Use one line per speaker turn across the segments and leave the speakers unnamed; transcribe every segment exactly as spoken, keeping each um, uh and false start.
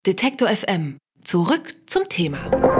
Detektor F M. Zurück zum Thema.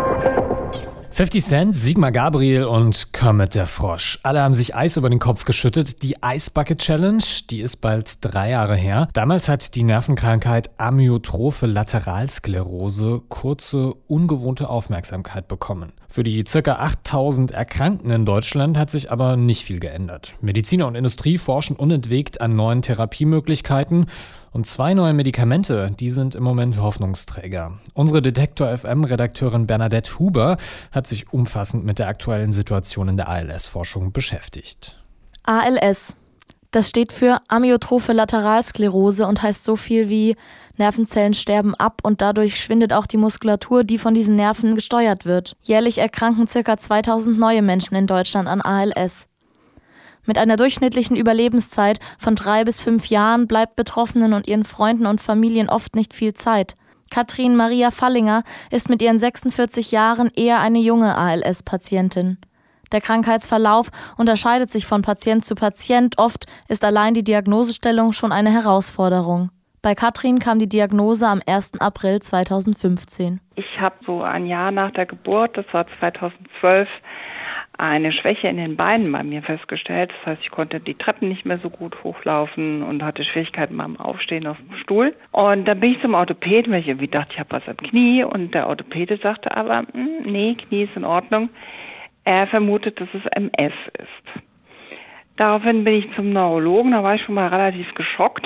fünfzig Cent, Sigmar Gabriel und Kermit der Frosch. Alle haben sich Eis über den Kopf geschüttet. Die Ice Bucket Challenge, die ist bald drei Jahre her. Damals hat die Nervenkrankheit Amyotrophe Lateralsklerose kurze, ungewohnte Aufmerksamkeit bekommen. Für die ca. achttausend Erkrankten in Deutschland hat sich aber nicht viel geändert. Mediziner und Industrie forschen unentwegt an neuen Therapiemöglichkeiten. Und zwei neue Medikamente, die sind im Moment Hoffnungsträger. Unsere Detektor F M-Redakteurin Bernadette Huber hat sich umfassend mit der aktuellen Situation in der A L S-Forschung beschäftigt.
A L S. Das steht für Amyotrophe Lateralsklerose und heißt so viel wie Nervenzellen sterben ab und dadurch schwindet auch die Muskulatur, die von diesen Nerven gesteuert wird. Jährlich erkranken ca. zweitausend neue Menschen in Deutschland an A L S. Mit einer durchschnittlichen Überlebenszeit von drei bis fünf Jahren bleibt Betroffenen und ihren Freunden und Familien oft nicht viel Zeit. Katrin Maria Fallinger ist mit ihren sechsundvierzig Jahren eher eine junge A L S-Patientin. Der Krankheitsverlauf unterscheidet sich von Patient zu Patient. Oft ist allein die Diagnosestellung schon eine Herausforderung. Bei Katrin kam die Diagnose am ersten April zweitausendfünfzehn.
Ich habe so ein Jahr nach der Geburt, das war zweitausendzwölf, eine Schwäche in den Beinen bei mir festgestellt. Das heißt, ich konnte die Treppen nicht mehr so gut hochlaufen und hatte Schwierigkeiten beim Aufstehen auf dem Stuhl. Und dann bin ich zum Orthopäden, weil ich irgendwie dachte, ich habe was am Knie. Und der Orthopäde sagte aber, nee, Knie ist in Ordnung. Er vermutet, dass es M S ist. Daraufhin bin ich zum Neurologen, da war ich schon mal relativ geschockt.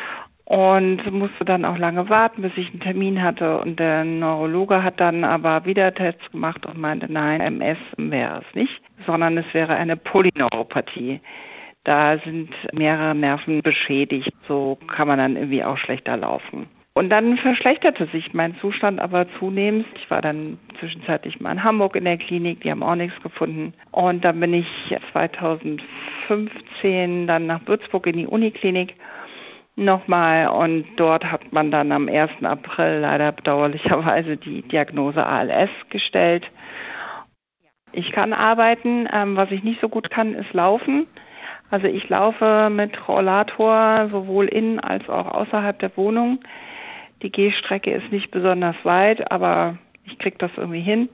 Und musste dann auch lange warten, bis ich einen Termin hatte. Und der Neurologe hat dann aber wieder Tests gemacht und meinte, nein, M S wäre es nicht, sondern es wäre eine Polyneuropathie. Da sind mehrere Nerven beschädigt, so kann man dann irgendwie auch schlechter laufen. Und dann verschlechterte sich mein Zustand aber zunehmend. Ich war dann zwischenzeitlich mal in Hamburg in der Klinik, die haben auch nichts gefunden. Und dann bin ich zweitausendfünfzehn dann nach Würzburg in die Uniklinik. Nochmal und dort hat man dann am ersten April leider bedauerlicherweise die Diagnose A L S gestellt. Ich kann arbeiten, ähm, was ich nicht so gut kann, ist laufen. Also ich laufe mit Rollator sowohl in als auch außerhalb der Wohnung. Die Gehstrecke ist nicht besonders weit, aber ich kriege das irgendwie hin.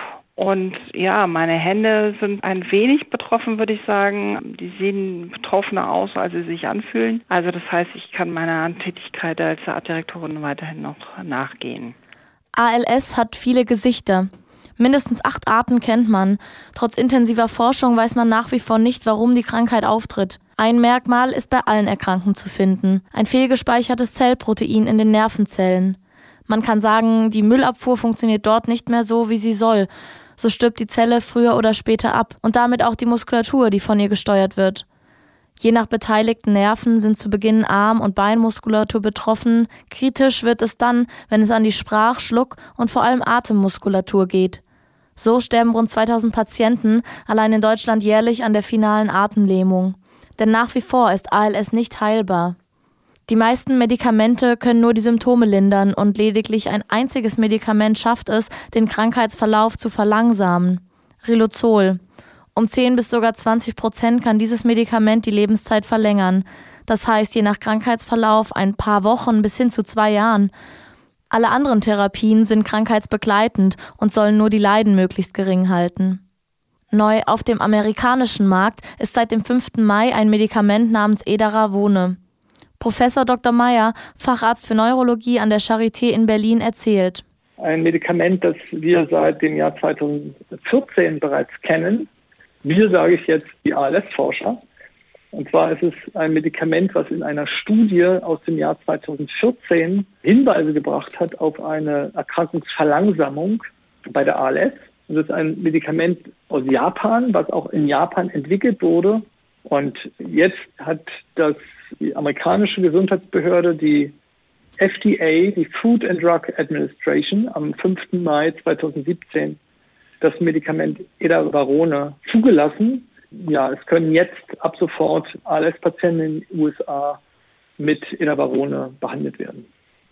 Und ja, meine Hände sind ein wenig betroffen, würde ich sagen. Die sehen betroffener aus, als sie sich anfühlen. Also das heißt, ich kann meiner Tätigkeit als Artdirektorin weiterhin noch nachgehen.
A L S hat viele Gesichter. Mindestens acht Arten kennt man. Trotz intensiver Forschung weiß man nach wie vor nicht, warum die Krankheit auftritt. Ein Merkmal ist bei allen Erkrankten zu finden: ein fehlgespeichertes Zellprotein in den Nervenzellen. Man kann sagen, die Müllabfuhr funktioniert dort nicht mehr so, wie sie soll. So stirbt die Zelle früher oder später ab und damit auch die Muskulatur, die von ihr gesteuert wird. Je nach beteiligten Nerven sind zu Beginn Arm- und Beinmuskulatur betroffen. Kritisch wird es dann, wenn es an die Sprach-, Schluck- und vor allem Atemmuskulatur geht. So sterben rund zweitausend Patienten allein in Deutschland jährlich an der finalen Atemlähmung. Denn nach wie vor ist A L S nicht heilbar. Die meisten Medikamente können nur die Symptome lindern und lediglich ein einziges Medikament schafft es, den Krankheitsverlauf zu verlangsamen: Riluzol. Um zehn bis sogar zwanzig Prozent kann dieses Medikament die Lebenszeit verlängern. Das heißt, je nach Krankheitsverlauf ein paar Wochen bis hin zu zwei Jahren. Alle anderen Therapien sind krankheitsbegleitend und sollen nur die Leiden möglichst gering halten. Neu auf dem amerikanischen Markt ist seit dem fünften Mai ein Medikament namens Edaravone. Professor Doktor Meyer, Facharzt für Neurologie an der Charité in Berlin, erzählt.
Ein Medikament, das wir seit dem Jahr zweitausendvierzehn bereits kennen. Wir, sage ich jetzt, die A L S-Forscher. Und zwar ist es ein Medikament, was in einer Studie aus dem Jahr zweitausendvierzehn Hinweise gebracht hat auf eine Erkrankungsverlangsamung bei der A L S. Und das ist ein Medikament aus Japan, was auch in Japan entwickelt wurde. Und jetzt hat das die amerikanische Gesundheitsbehörde, die F D A, die Food and Drug Administration, am fünften Mai zweitausendsiebzehn das Medikament Edaravone zugelassen. Ja, es können jetzt ab sofort A L S-Patienten in den U S A mit Edaravone behandelt werden.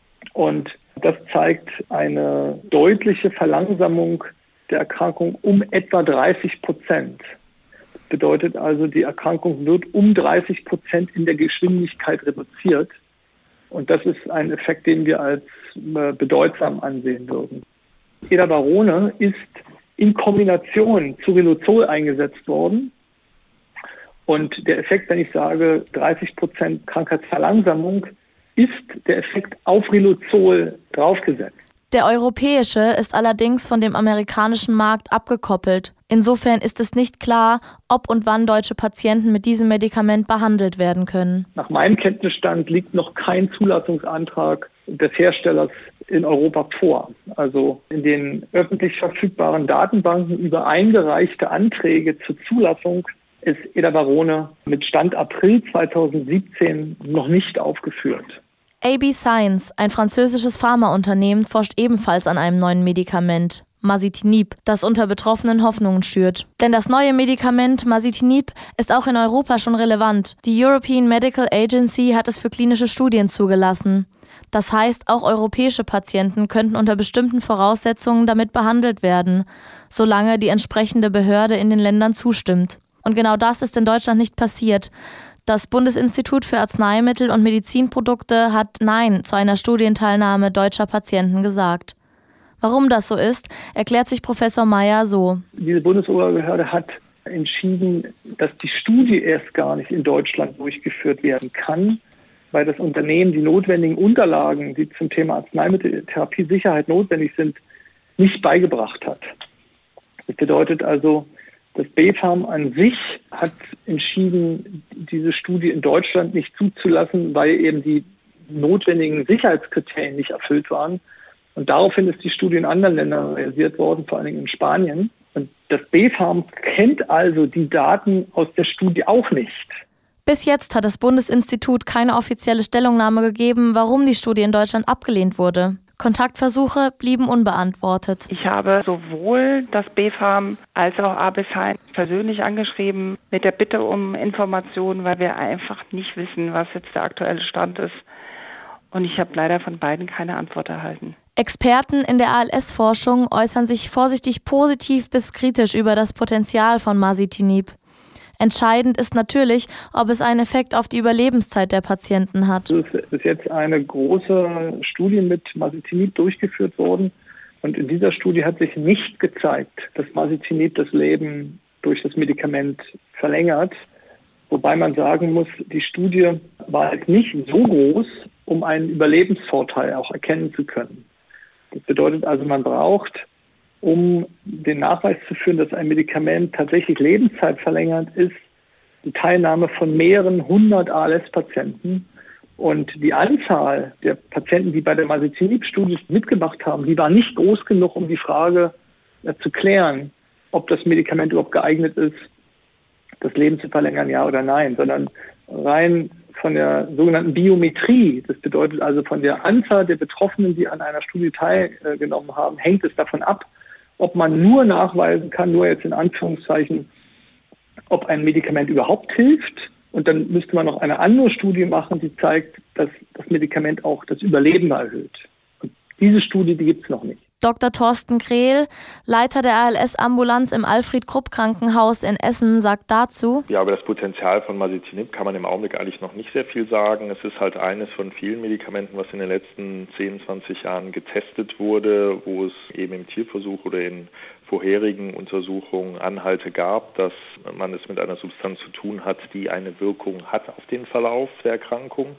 Und das zeigt eine deutliche Verlangsamung der Erkrankung um etwa dreißig Prozent. Bedeutet also, die Erkrankung wird um dreißig Prozent in der Geschwindigkeit reduziert. Und das ist ein Effekt, den wir als äh, bedeutsam ansehen würden. Edaravone ist in Kombination zu Riluzol eingesetzt worden. Und der Effekt, wenn ich sage dreißig Prozent Krankheitsverlangsamung, ist der Effekt auf Riluzol draufgesetzt.
Der europäische ist allerdings von dem amerikanischen Markt abgekoppelt. Insofern ist es nicht klar, ob und wann deutsche Patienten mit diesem Medikament behandelt werden können.
Nach meinem Kenntnisstand liegt noch kein Zulassungsantrag des Herstellers in Europa vor. Also in den öffentlich verfügbaren Datenbanken über eingereichte Anträge zur Zulassung ist Edaravone mit Stand April zweitausendsiebzehn noch nicht aufgeführt.
A B Science, ein französisches Pharmaunternehmen, forscht ebenfalls an einem neuen Medikament, Masitinib, das unter Betroffenen Hoffnungen schürt. Denn das neue Medikament Masitinib ist auch in Europa schon relevant. Die European Medical Agency hat es für klinische Studien zugelassen. Das heißt, auch europäische Patienten könnten unter bestimmten Voraussetzungen damit behandelt werden, solange die entsprechende Behörde in den Ländern zustimmt. Und genau das ist in Deutschland nicht passiert. Das Bundesinstitut für Arzneimittel und Medizinprodukte hat Nein zu einer Studienteilnahme deutscher Patienten gesagt. Warum das so ist, erklärt sich Professor Meyer so.
Diese Bundesoberbehörde hat entschieden, dass die Studie erst gar nicht in Deutschland durchgeführt werden kann, weil das Unternehmen die notwendigen Unterlagen, die zum Thema Arzneimitteltherapiesicherheit notwendig sind, nicht beigebracht hat. Das bedeutet also, das B F A M an sich hat entschieden, diese Studie in Deutschland nicht zuzulassen, weil eben die notwendigen Sicherheitskriterien nicht erfüllt waren. Und daraufhin ist die Studie in anderen Ländern realisiert worden, vor allen Dingen in Spanien. Und das B F A M kennt also die Daten aus der Studie auch nicht.
Bis jetzt hat das Bundesinstitut keine offizielle Stellungnahme gegeben, warum die Studie in Deutschland abgelehnt wurde. Kontaktversuche blieben unbeantwortet.
Ich habe sowohl das B F A M als auch A B Science persönlich angeschrieben mit der Bitte um Informationen, weil wir einfach nicht wissen, was jetzt der aktuelle Stand ist. Und ich habe leider von beiden keine Antwort erhalten.
Experten in der A L S-Forschung äußern sich vorsichtig positiv bis kritisch über das Potenzial von Masitinib. Entscheidend ist natürlich, ob es einen Effekt auf die Überlebenszeit der Patienten hat.
Es ist jetzt eine große Studie mit Masitinib durchgeführt worden. Und in dieser Studie hat sich nicht gezeigt, dass Masitinib das Leben durch das Medikament verlängert. Wobei man sagen muss, die Studie war halt nicht so groß, um einen Überlebensvorteil auch erkennen zu können. Das bedeutet also, man braucht, um den Nachweis zu führen, dass ein Medikament tatsächlich Lebenszeit verlängert, ist die Teilnahme von mehreren hundert A L S-Patienten. Und die Anzahl der Patienten, die bei der Masitinib-Studie mitgemacht haben, die war nicht groß genug, um die Frage äh, zu klären, ob das Medikament überhaupt geeignet ist, das Leben zu verlängern, ja oder nein, sondern rein von der sogenannten Biometrie, das bedeutet also von der Anzahl der Betroffenen, die an einer Studie teilgenommen haben, hängt es davon ab, ob man nur nachweisen kann, nur jetzt in Anführungszeichen, ob ein Medikament überhaupt hilft. Und dann müsste man noch eine andere Studie machen, die zeigt, dass das Medikament auch das Überleben erhöht. Und diese Studie, die gibt es noch nicht.
Doktor Thorsten Krehl, Leiter der A L S-Ambulanz im Alfred-Krupp-Krankenhaus in Essen, sagt dazu:
Ja, über das Potenzial von Masitinib kann man im Augenblick eigentlich noch nicht sehr viel sagen. Es ist halt eines von vielen Medikamenten, was in den letzten zehn, zwanzig Jahren getestet wurde, wo es eben im Tierversuch oder in vorherigen Untersuchungen Anhalte gab, dass man es mit einer Substanz zu tun hat, die eine Wirkung hat auf den Verlauf der Erkrankung.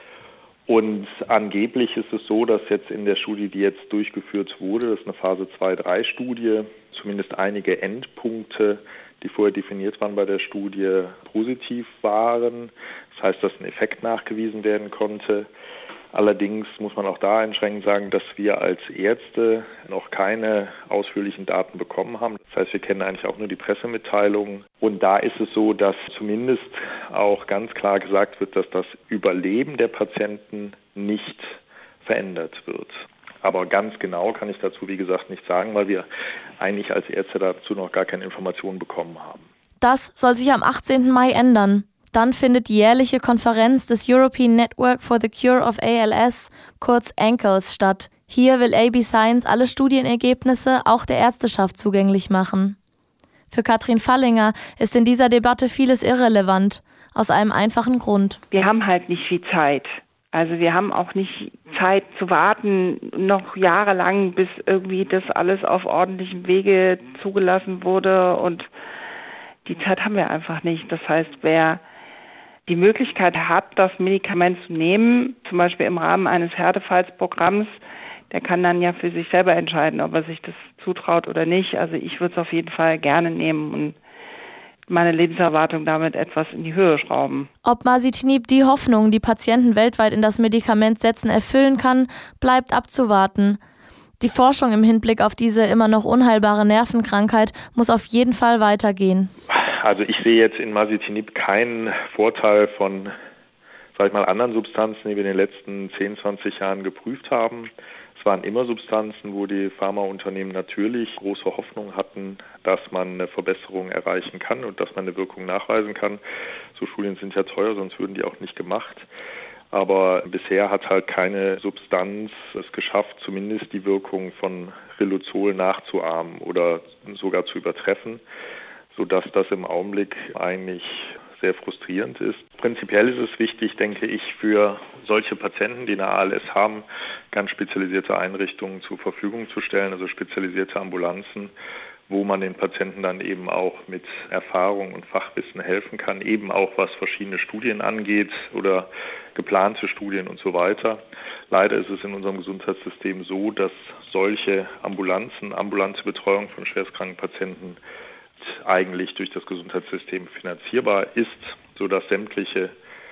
Und angeblich ist es so, dass jetzt in der Studie, die jetzt durchgeführt wurde, das ist eine Phase zwei drei Studie, zumindest einige Endpunkte, die vorher definiert waren bei der Studie, positiv waren. Das heißt, dass ein Effekt nachgewiesen werden konnte. Allerdings muss man auch da einschränkend sagen, dass wir als Ärzte noch keine ausführlichen Daten bekommen haben. Das heißt, wir kennen eigentlich auch nur die Pressemitteilungen. Und da ist es so, dass zumindest auch ganz klar gesagt wird, dass das Überleben der Patienten nicht verändert wird. Aber ganz genau kann ich dazu, wie gesagt, nicht sagen, weil wir eigentlich als Ärzte dazu noch gar keine Informationen bekommen haben.
Das soll sich am achtzehnten Mai ändern. Dann findet die jährliche Konferenz des European Network for the Cure of A L S, kurz ANCLES, statt. Hier will A B Science alle Studienergebnisse auch der Ärzteschaft zugänglich machen. Für Katrin Fallinger ist in dieser Debatte vieles irrelevant, aus einem einfachen Grund.
Wir haben halt nicht viel Zeit. Also wir haben auch nicht Zeit zu warten, noch jahrelang, bis irgendwie das alles auf ordentlichem Wege zugelassen wurde, und die Zeit haben wir einfach nicht. Das heißt, wer die Möglichkeit hat, das Medikament zu nehmen, zum Beispiel im Rahmen eines Härtefallsprogramms, der kann dann ja für sich selber entscheiden, ob er sich das zutraut oder nicht. Also ich würde es auf jeden Fall gerne nehmen und meine Lebenserwartung damit etwas in die Höhe schrauben.
Ob Masitinib die Hoffnung, die Patienten weltweit in das Medikament setzen, erfüllen kann, bleibt abzuwarten. Die Forschung im Hinblick auf diese immer noch unheilbare Nervenkrankheit muss auf jeden Fall weitergehen.
Also ich sehe jetzt in Masitinib keinen Vorteil von, sag ich mal, anderen Substanzen, die wir in den letzten zehn, zwanzig Jahren geprüft haben. Es waren immer Substanzen, wo die Pharmaunternehmen natürlich große Hoffnung hatten, dass man eine Verbesserung erreichen kann und dass man eine Wirkung nachweisen kann. So Studien sind ja teuer, sonst würden die auch nicht gemacht. Aber bisher hat halt keine Substanz es geschafft, zumindest die Wirkung von Riluzol nachzuahmen oder sogar zu übertreffen, sodass das im Augenblick eigentlich sehr frustrierend ist. Prinzipiell ist es wichtig, denke ich, für solche Patienten, die eine A L S haben, ganz spezialisierte Einrichtungen zur Verfügung zu stellen, also spezialisierte Ambulanzen, wo man den Patienten dann eben auch mit Erfahrung und Fachwissen helfen kann, eben auch was verschiedene Studien angeht oder geplante Studien und so weiter. Leider ist es in unserem Gesundheitssystem so, dass solche Ambulanzen, ambulante Betreuung von schwerstkranken Patienten eigentlich durch das Gesundheitssystem finanzierbar ist, sodass sämtliche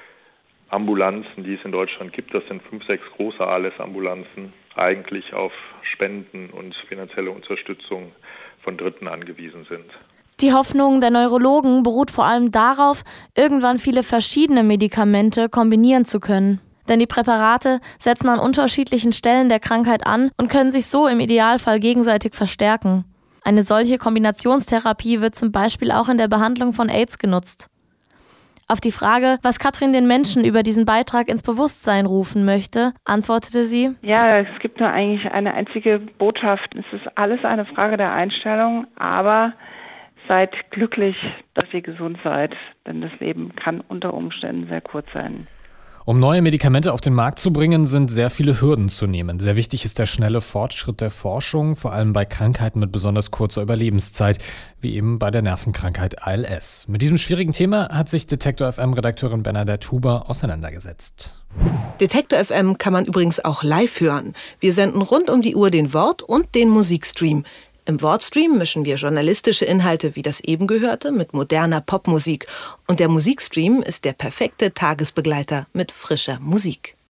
Ambulanzen, die es in Deutschland gibt, das sind fünf, sechs große A L S-Ambulanzen, eigentlich auf Spenden und finanzielle Unterstützung von Dritten angewiesen sind.
Die Hoffnung der Neurologen beruht vor allem darauf, irgendwann viele verschiedene Medikamente kombinieren zu können. Denn die Präparate setzen an unterschiedlichen Stellen der Krankheit an und können sich so im Idealfall gegenseitig verstärken. Eine solche Kombinationstherapie wird zum Beispiel auch in der Behandlung von AIDS genutzt. Auf die Frage, was Katrin den Menschen über diesen Beitrag ins Bewusstsein rufen möchte, antwortete sie:
Ja, es gibt nur eigentlich eine einzige Botschaft. Es ist alles eine Frage der Einstellung, aber seid glücklich, dass ihr gesund seid, denn das Leben kann unter Umständen sehr kurz sein.
Um neue Medikamente auf den Markt zu bringen, sind sehr viele Hürden zu nehmen. Sehr wichtig ist der schnelle Fortschritt der Forschung, vor allem bei Krankheiten mit besonders kurzer Überlebenszeit, wie eben bei der Nervenkrankheit A L S. Mit diesem schwierigen Thema hat sich Detektor F M-Redakteurin Bernadette Huber auseinandergesetzt.
Detektor F M kann man übrigens auch live hören. Wir senden rund um die Uhr den Wort- und den Musikstream. Im Wortstream mischen wir journalistische Inhalte wie das eben gehörte mit moderner Popmusik. Und der Musikstream ist der perfekte Tagesbegleiter mit frischer Musik.